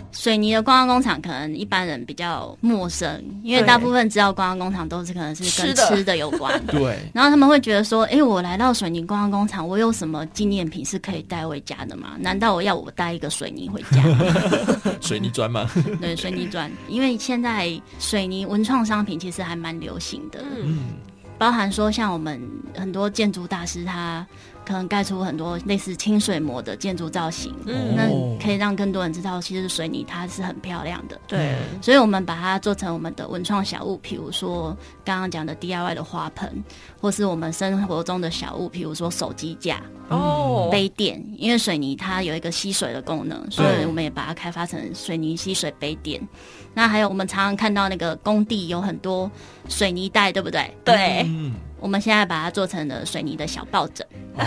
水泥的观光工厂可能一般人比较陌生，因为大部分知道观光工厂都是可能是跟吃的有关。 对。 然后他们会觉得说，我来到水泥观光工厂，我有什么纪念品是可以带回家的吗？难道我带一个水泥回家吗？ 水泥砖吗？ 对，水泥砖。因为现在水泥文创商品其实还蛮流行的，包含说像我们很多建筑大师他可能盖出很多类似清水模的建筑造型，那可以让更多人知道其实水泥它是很漂亮的。 对， 所以我们把它做成我们的文创小物，比如说刚刚讲的 DIY 的花盆，或是我们生活中的小物，比如说手机架、杯垫，因为水泥它有一个吸水的功能，所以我们也把它开发成水泥吸水杯垫。那还有我们常常看到那个工地有很多水泥袋，对不对？ 对， 我们现在把它做成了水泥的小抱枕。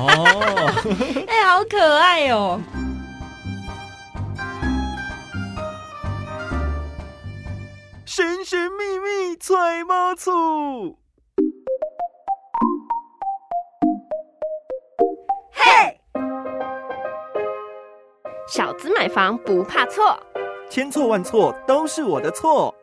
好可爱哦。 神神秘秘揣猫醋， 嘿，小资买房不怕错， 千错万错都是我的错。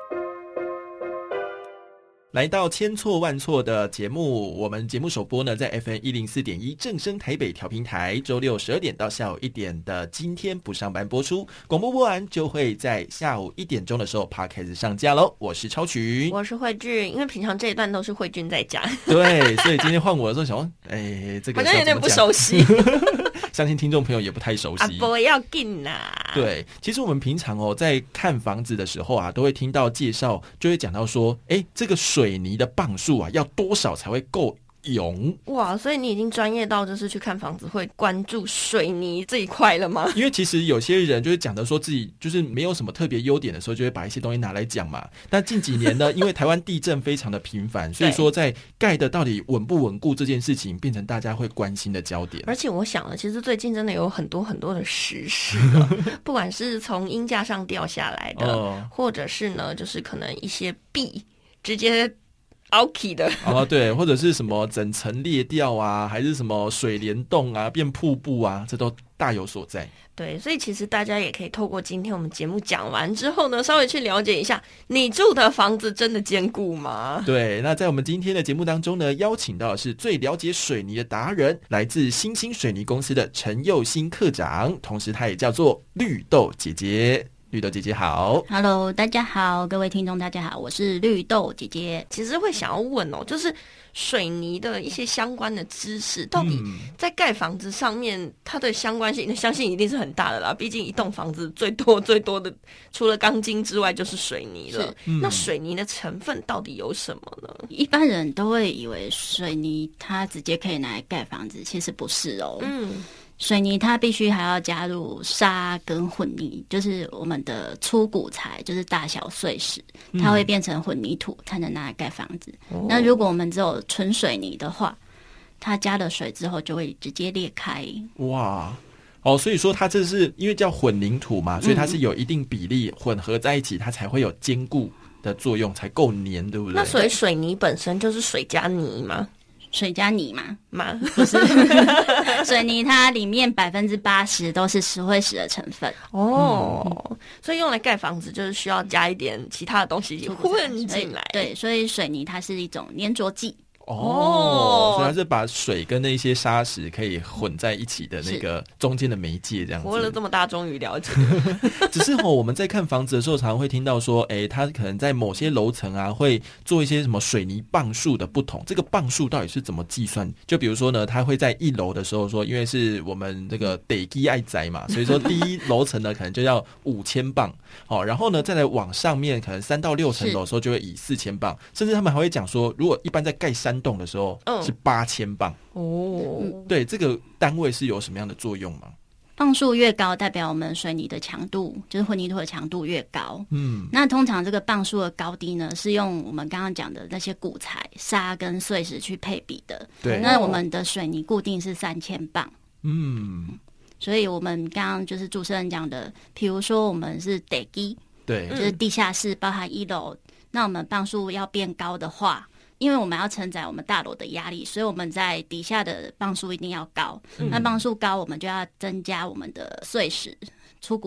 来到千错万错的节目，我们节目首播呢在 FM104.1 正声台北调频台，周六12点到下午1点的今天不上班播出，广播播完就会在下午1点钟的时候 Podcast 上架咯。我是超群， 我是慧俊，因为平常这一段都是慧俊在讲， 对，所以今天换我的时候想说这个好像有点不熟悉相信听众朋友也不太熟悉啊，不要紧啦。 对，其实我们平常在看房子的时候啊，都会听到介绍，就会讲到说这个水泥的磅数啊要多少才会够勇。 哇，所以你已经专业到就是去看房子会关注水泥这一块了吗？ 因为其实有些人就是讲的说自己就是没有什么特别优点的时候，就会把一些东西拿来讲嘛。但近几年呢，因为台湾地震非常的频繁，所以说在盖的到底稳不稳固这件事情变成大家会关心的焦点。 而且我想了，其实最近真的有很多很多的实事不管是从鹰架上掉下来的或者是呢就是可能一些壁直接凹起的对，或者是什么整层裂掉啊，还是什么水帘洞啊变瀑布啊，这都大有所在。 对，所以其实大家也可以透过今天我们节目讲完之后呢，稍微去了解一下你住的房子真的坚固吗？ 对，那在我们今天的节目当中呢，邀请到的是最了解水泥的达人，来自新兴水泥公司的陈佑新科长，同时他也叫做绿豆姐姐。绿豆姐姐好。 Hello， 大家好，各位听众大家好，我是绿豆姐姐。 其实会想要问就是水泥的一些相关的知识，到底在盖房子上面它的相关性相信一定是很大的啦，毕竟一栋房子最多的除了钢筋之外就是水泥了。那水泥的成分到底有什么呢？ 一般人都会以为水泥它直接可以拿来盖房子，其实不是哦。水泥它必须还要加入沙跟混凝，就是我们的粗骨材，就是大小碎石，它会变成混凝土才能拿来盖房子。那如果我们只有纯水泥的话，它加了水之后就会直接裂开。 哇，所以说它这是因为叫混凝土嘛，所以它是有一定比例混合在一起，它才会有坚固的作用，才够黏，对不对？ 那所以水泥本身就是水加泥吗？ 水加泥吗？不是水泥它里面80%都是石灰石的成分所以用来盖房子就是需要加一点其他的东西混进来。 对，所以水泥它是一种粘着剂。 所以它是把水跟那些砂石可以混在一起的那个中间的媒介，这样子。 活了这么大，终于了解只是我们在看房子的时候，常常会听到说，它可能在某些楼层啊，会做一些什么水泥磅数的不同。这个磅数到底是怎么计算？就比如说呢，它会在1楼的时候说，因为是我们这个地基爱宅嘛，所以说第一楼层呢可能就要5000磅，然后呢再来往上面，可能3到6层楼的时候就会以4000磅，甚至他们还会讲说，如果一般在盖3栋的时候是8000磅。对，这个单位是有什么样的作用吗？ 磅数越高，代表我们水泥的强度，就是混凝土的强度越高。那通常这个磅数的高低呢，是用我们刚刚讲的那些骨材、沙跟碎石去配比的。对，那我们的水泥固定是3000磅。所以我们刚刚就是主持人讲的，比如说我们是地基，对，就是地下室包含1楼，那我们磅数要变高的话，因为我们要承载我们大楼的压力，所以我们在底下的磅数一定要高。那磅数高，我们就要增加我们的碎石、粗骨材。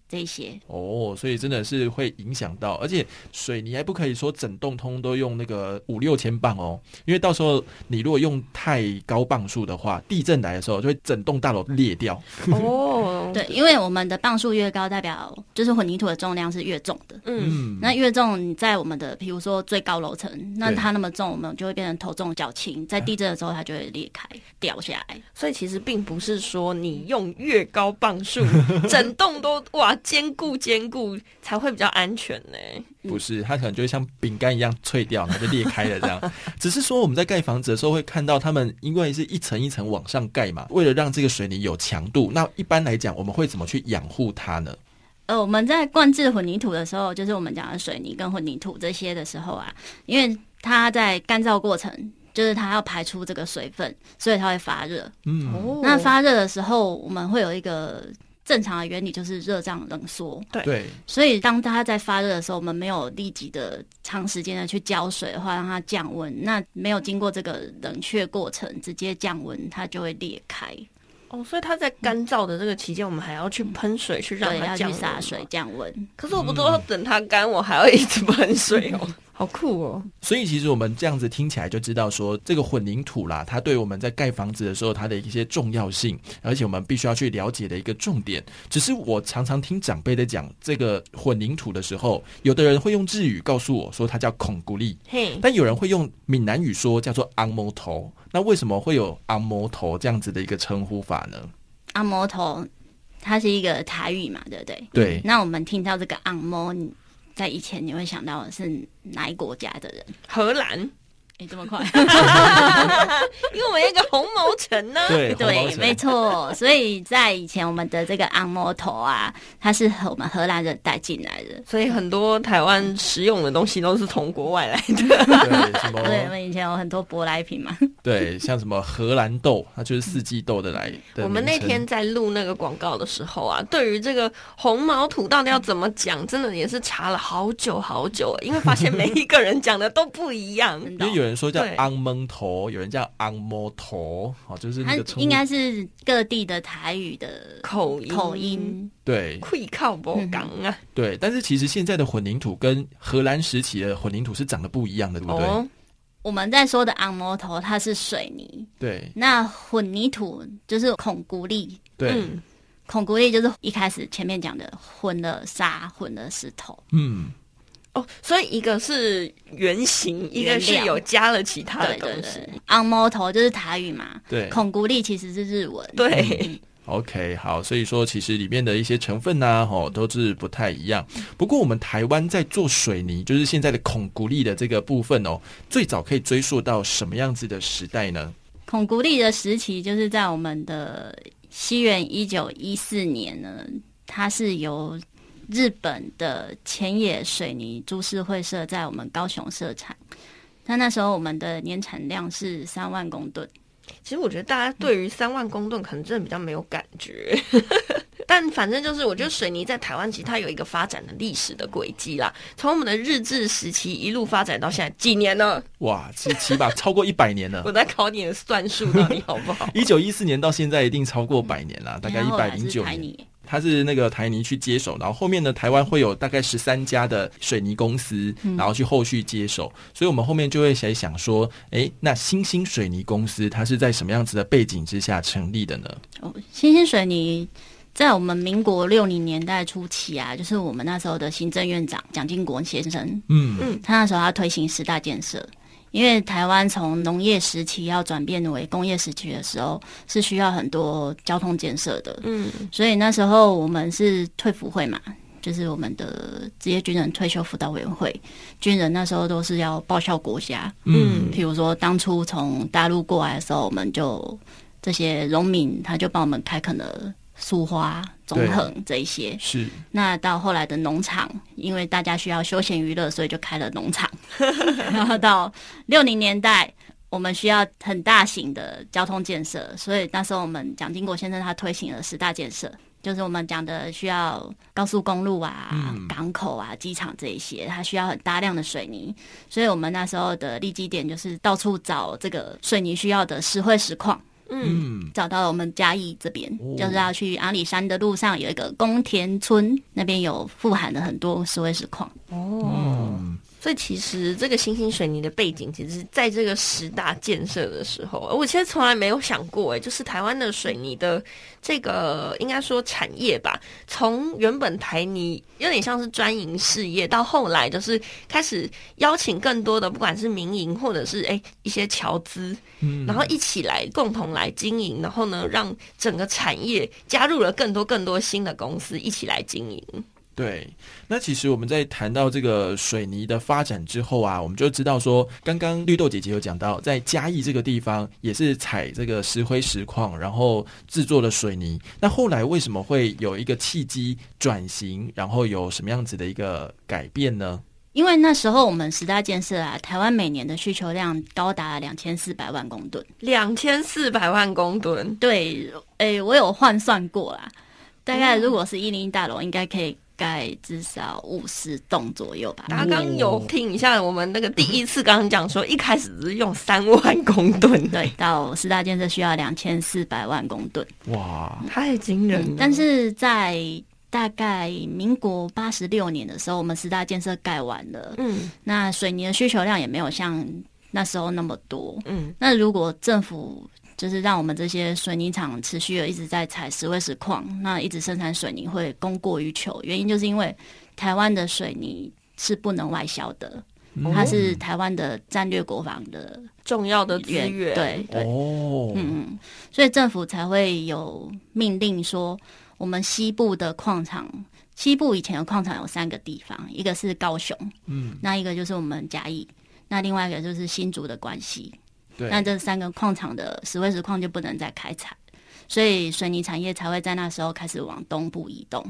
这一些所以真的是会影响到，而且水泥还不可以说整栋通都用那个5-6千磅哦，因为到时候你如果用太高磅数的话，地震来的时候就会整栋大楼裂掉。 对，因为我们的磅数越高，代表就是混凝土的重量是越重的。那越重，你在我们的比如说最高楼层，那它那么重，我们就会变成头重脚轻，在地震的时候它就会裂开掉下来。 所以其实并不是说你用越高磅数，整栋都坚固才会比较安全呢。 不是，它可能就会像饼干一样脆掉，然后就裂开了这样。只是说我们在盖房子的时候会看到他们，因为是一层一层往上盖嘛，为了让这个水泥有强度，那一般来讲我们会怎么去养护它呢？ 我们在灌制混凝土的时候，就是我们讲的水泥跟混凝土这些的时候啊，因为它在干燥过程，就是它要排出这个水分，所以它会发热。那发热的时候，我们会有一个正常的原理，就是热胀冷缩。 对， 所以当它在发热的时候，我们没有立即的长时间的去浇水的话，让它降温，那没有经过这个冷却过程，直接降温，它就会裂开。 所以它在干燥的这个期间，我们还要去喷水去让它降温， 要去洒水降温。 可是我不知道等它干，我还要一直喷水哦。好酷哦！ 所以其实我们这样子听起来就知道说，这个混凝土啦，它对我们在盖房子的时候它的一些重要性，而且我们必须要去了解的一个重点。只是我常常听长辈在讲这个混凝土的时候，有的人会用日语告诉我说它叫孔古力，但有人会用闽南语说叫做昂摩头。那为什么会有昂摩头这样子的一个称呼法呢？ 昂摩头它是一个台语嘛，对不对？ 对。 那我们听到这个昂摩，在以前你会想到的是哪一国家的人？ 荷兰。 这么快？ 因为我们有一个红毛城呢。 对，没错。所以在以前我们的这个昂摩头啊，它是我们荷兰人带进来的， 所以很多台湾食用的东西都是从国外来的。 对，我们以前有很多舶来品嘛。 对，像什么荷兰豆，它就是四季豆的来的。 我们那天在录那个广告的时候啊，对于这个红毛土到底要怎么讲，真的也是查了好久好久，因为发现每一个人讲的都不一样。 因为有人说叫昂蒙头，有人叫昂摩头，就是那个它应该是各地的台语的口音。 对， 会靠不讲啊。 对，但是其实现在的混凝土跟荷兰时期的混凝土是长得不一样的，对不对？ 我们在说的昂摩头它是水泥， 对。 那混凝土就是孔古力， 对。 孔古力就是一开始前面讲的混了沙，混了石头。 所以一个是原型，一个是有加了其他的东西。 昂摩头就是台语嘛， 对。 孔古力其实是日文， 对。 OK， 好，所以说其实里面的一些成分啊，都是不太一样。不过我们台湾在做水泥，就是现在的孔古力的这个部分最早可以追溯到什么样子的时代呢？ 孔古力的时期就是在我们的西元1914年呢，它是由日本的前野水泥株式会社在我们高雄设厂。那时候我们的年产量是3万公吨。 其实我觉得大家对于3万公吨可能真的比较没有感觉，但反正就是我觉得水泥在台湾其实它有一个发展的历史的轨迹啦，从我们的日治时期一路发展到现在几年了？ 哇，起码超过100年了。 我在考你的算术到底好不好 ？1914年到现在一定超过100年啦，大概109年。它是那个台泥去接手，然后后面呢，台湾会有大概13家的水泥公司，然后去后续接手，所以我们后面就会想说，那新兴水泥公司它是在什么样子的背景之下成立的呢？ 新兴水泥在我们民国60年代初期啊，就是我们那时候的行政院长蒋经国先生，他那时候他推行10大建设。因为台湾从农业时期要转变为工业时期的时候，是需要很多交通建设的。所以那时候我们是退辅会嘛，就是我们的职业军人退休辅导委员会，军人那时候都是要报效国家。譬如说当初从大陆过来的时候，我们就这些农民他就帮我们开垦了苏花、中横这一些。 是。那到后来的农场，因为大家需要休闲娱乐，所以就开了农场。然后到60年代，我们需要很大型的交通建设，所以那时候我们蒋经国先生他推行了10大建设，就是我们讲的需要高速公路啊、港口啊、机场这一些，它需要很大量的水泥，所以我们那时候的立基点就是到处找这个水泥需要的实惠实况。 找到了我们嘉义这边，就是要去阿里山的路上有一个宫田村，那边有富含了很多石灰石矿。 所以其实这个新兴水泥的背景，其实在这个10大建设的时候，我其实从来没有想过，就是台湾的水泥的这个应该说产业吧，从原本台泥有点像是专营事业，到后来就是开始邀请更多的不管是民营或者是一些侨资，然后一起来共同来经营，然后呢让整个产业加入了更多新的公司一起来经营。 对，那其实我们在谈到这个水泥的发展之后啊，我们就知道说，刚刚绿豆姐姐有讲到，在嘉义这个地方也是采这个石灰石矿，然后制作了水泥。那后来为什么会有一个契机转型，然后有什么样子的一个改变呢？ 因为那时候我们10大建设啊，台湾每年的需求量高达2400万公吨。 2400万公吨， 对，我有换算过啦，大概如果是101大楼，应该可以盖至少50栋左右吧。 大家刚有听一下，我们那个第一次刚刚讲说，一开始只是用3万公吨， 对，到10大建设需要2400万公吨， 哇， 太惊人了。 但是在大概民国86年的时候，我们10大建设盖完了，那水泥的需求量也没有像那时候那么多，那如果政府就是让我们这些水泥厂持续的一直在采石灰石矿，那一直生产水泥会供过于求。原因就是因为台湾的水泥是不能外销的，它是台湾的战略国防的重要的资源。 对对，所以政府才会有命令说，我们西部的矿场，西部以前的矿场有3个地方，一个是高雄，那一个就是我们嘉义，那另外一个就是新竹的关西。那这3个矿场的石灰石矿就不能再开采，所以水泥产业才会在那时候开始往东部移动。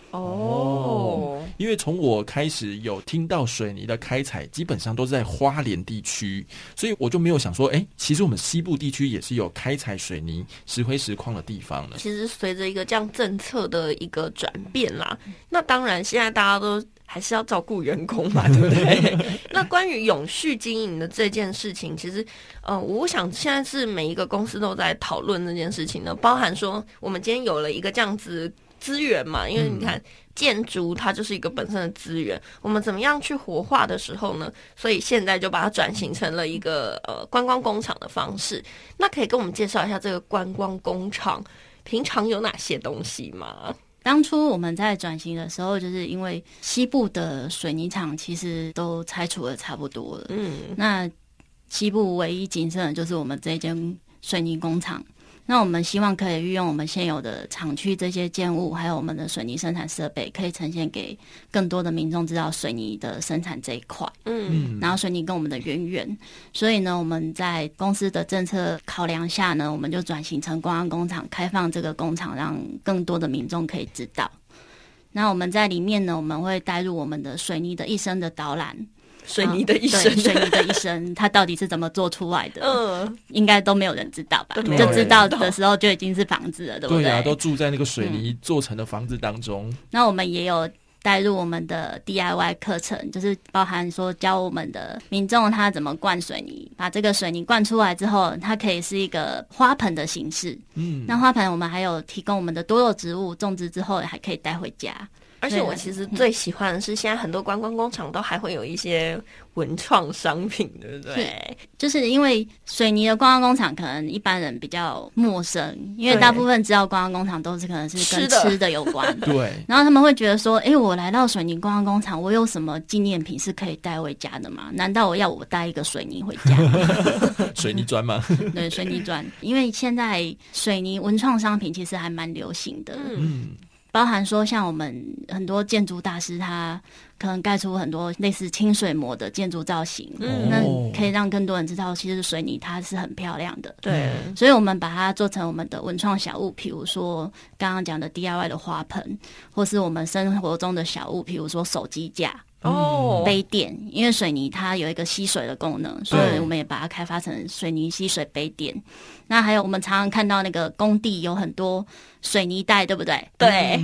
因为从我开始有听到水泥的开采，基本上都是在花莲地区，所以我就没有想说，其实我们西部地区也是有开采水泥石灰石矿的地方呢。 其实随着一个这样政策的一个转变啦，那当然现在大家都还是要照顾员工嘛，对不对？那关于永续经营的这件事情，其实我想现在是每一个公司都在讨论这件事情呢，包含说我们今天有了一个这样子资源嘛，因为你看建筑它就是一个本身的资源，我们怎么样去活化的时候呢，所以现在就把它转型成了一个观光工厂的方式。那可以跟我们介绍一下这个观光工厂平常有哪些东西吗？ 当初我们在转型的时候，就是因为西部的水泥厂其实都拆除的差不多了，那西部唯一仅剩的就是我们这间水泥工厂。那我们希望可以运用我们现有的厂区这些建物，还有我们的水泥生产设备，可以呈现给更多的民众知道水泥的生产这一块。然后水泥跟我们的渊源，所以呢，我们在公司的政策考量下呢，我们就转型成观光工厂，开放这个工厂，让更多的民众可以知道。那我们在里面呢，我们会带入我们的水泥的一生的导览。 水泥的一生， 水泥的一生，它到底是怎么做出来的？应该都没有人知道吧？就知道的时候就已经是房子了，对不对？ 对啊，都住在那个水泥做成的房子当中。 那我们也有带入我们的 DIY 课程，就是包含说教我们的民众他怎么灌水泥，把这个水泥灌出来之后，它可以是一个花盆的形式。那花盆我们还有提供我们的多肉植物，种植之后还可以带回家。 而且我其实最喜欢的是，现在很多观光工厂都还会有一些文创商品，对不对？ 就是因为水泥的观光工厂可能一般人比较陌生，因为大部分知道观光工厂都是可能是跟吃的有关。 对。 然后他们会觉得说，我来到水泥观光工厂，我有什么纪念品是可以带回家的吗？难道我带一个水泥回家吗？ 水泥砖吗？ 对，水泥砖。因为现在水泥文创商品其实还蛮流行的。包含说像我们很多建筑大师，他可能盖出很多类似清水模的建筑造型，那可以让更多人知道其实水泥它是很漂亮的。 对， 所以我们把它做成我们的文创小物，比如说刚刚讲的 DIY 的花盆，或是我们生活中的小物，比如说手机架、杯垫，因为水泥它有一个吸水的功能，所以我们也把它开发成水泥吸水杯垫。那还有我们常常看到那个工地有很多水泥袋，对不对？ 对，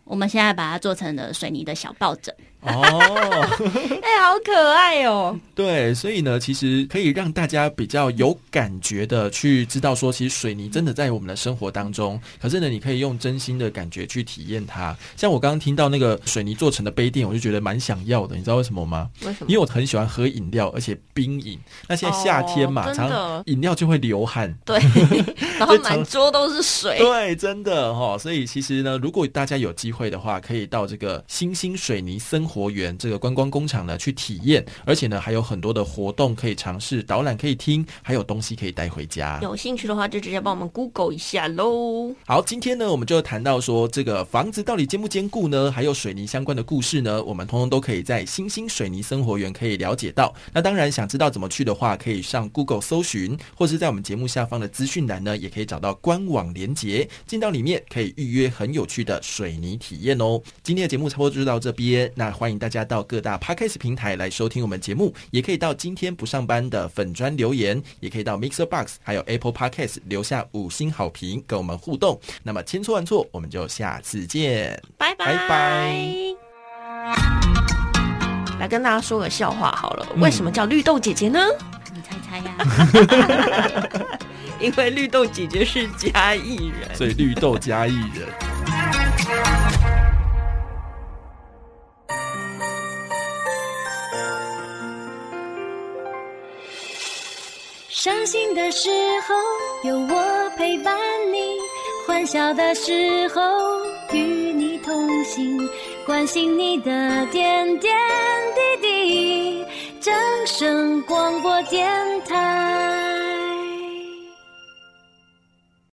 我们现在把它做成了水泥的小抱枕。 哦， 好可爱哦。 对，所以呢，其实可以让大家比较有感觉的去知道说，其实水泥真的在我们的生活当中，可是呢，你可以用真心的感觉去体验它。像我刚刚听到那个水泥做成的杯垫，我就觉得蛮想要的，你知道为什么吗？ 为什么？ 因为我很喜欢喝饮料，而且冰饮。那现在夏天嘛，常饮料就会流汗， 对，然后满桌都是水， 对，真的齁。所以其实呢，如果大家有机会的话，可以到这个新兴水泥生活园这个观光工厂呢去体验，而且呢还有很多的活动可以尝试，导览可以听，还有东西可以带回家。 有兴趣的话就直接帮我们 Google 一下咯。 好，今天呢我们就谈到说这个房子到底坚不坚固呢，还有水泥相关的故事呢，我们通通都可以在新兴水泥生活园可以了解到。那当然想知道怎么去的话，可以上 Google 搜寻，或是在我们节目下方的资讯栏呢也可以找到官网连结，进到里面可以预约很有趣的水泥体验哦。今天的节目差不多就到这边，那欢迎大家到各大 Podcast 平台来收听我们节目，也可以到今天不上班的粉专留言，也可以到 Mixer Box 还有 Apple Podcast 留下5星好评跟我们互动。那么千错万错，我们就下次见， 拜拜拜拜。 来跟大家说个笑话好了，为什么叫绿豆姐姐呢？ 你猜猜呀。 因为绿豆姐姐是嘉义人， 所以绿豆嘉义人。 伤心的时候有我陪伴你，欢笑的时候与你同行，关心你的点点滴滴。正声广播电台。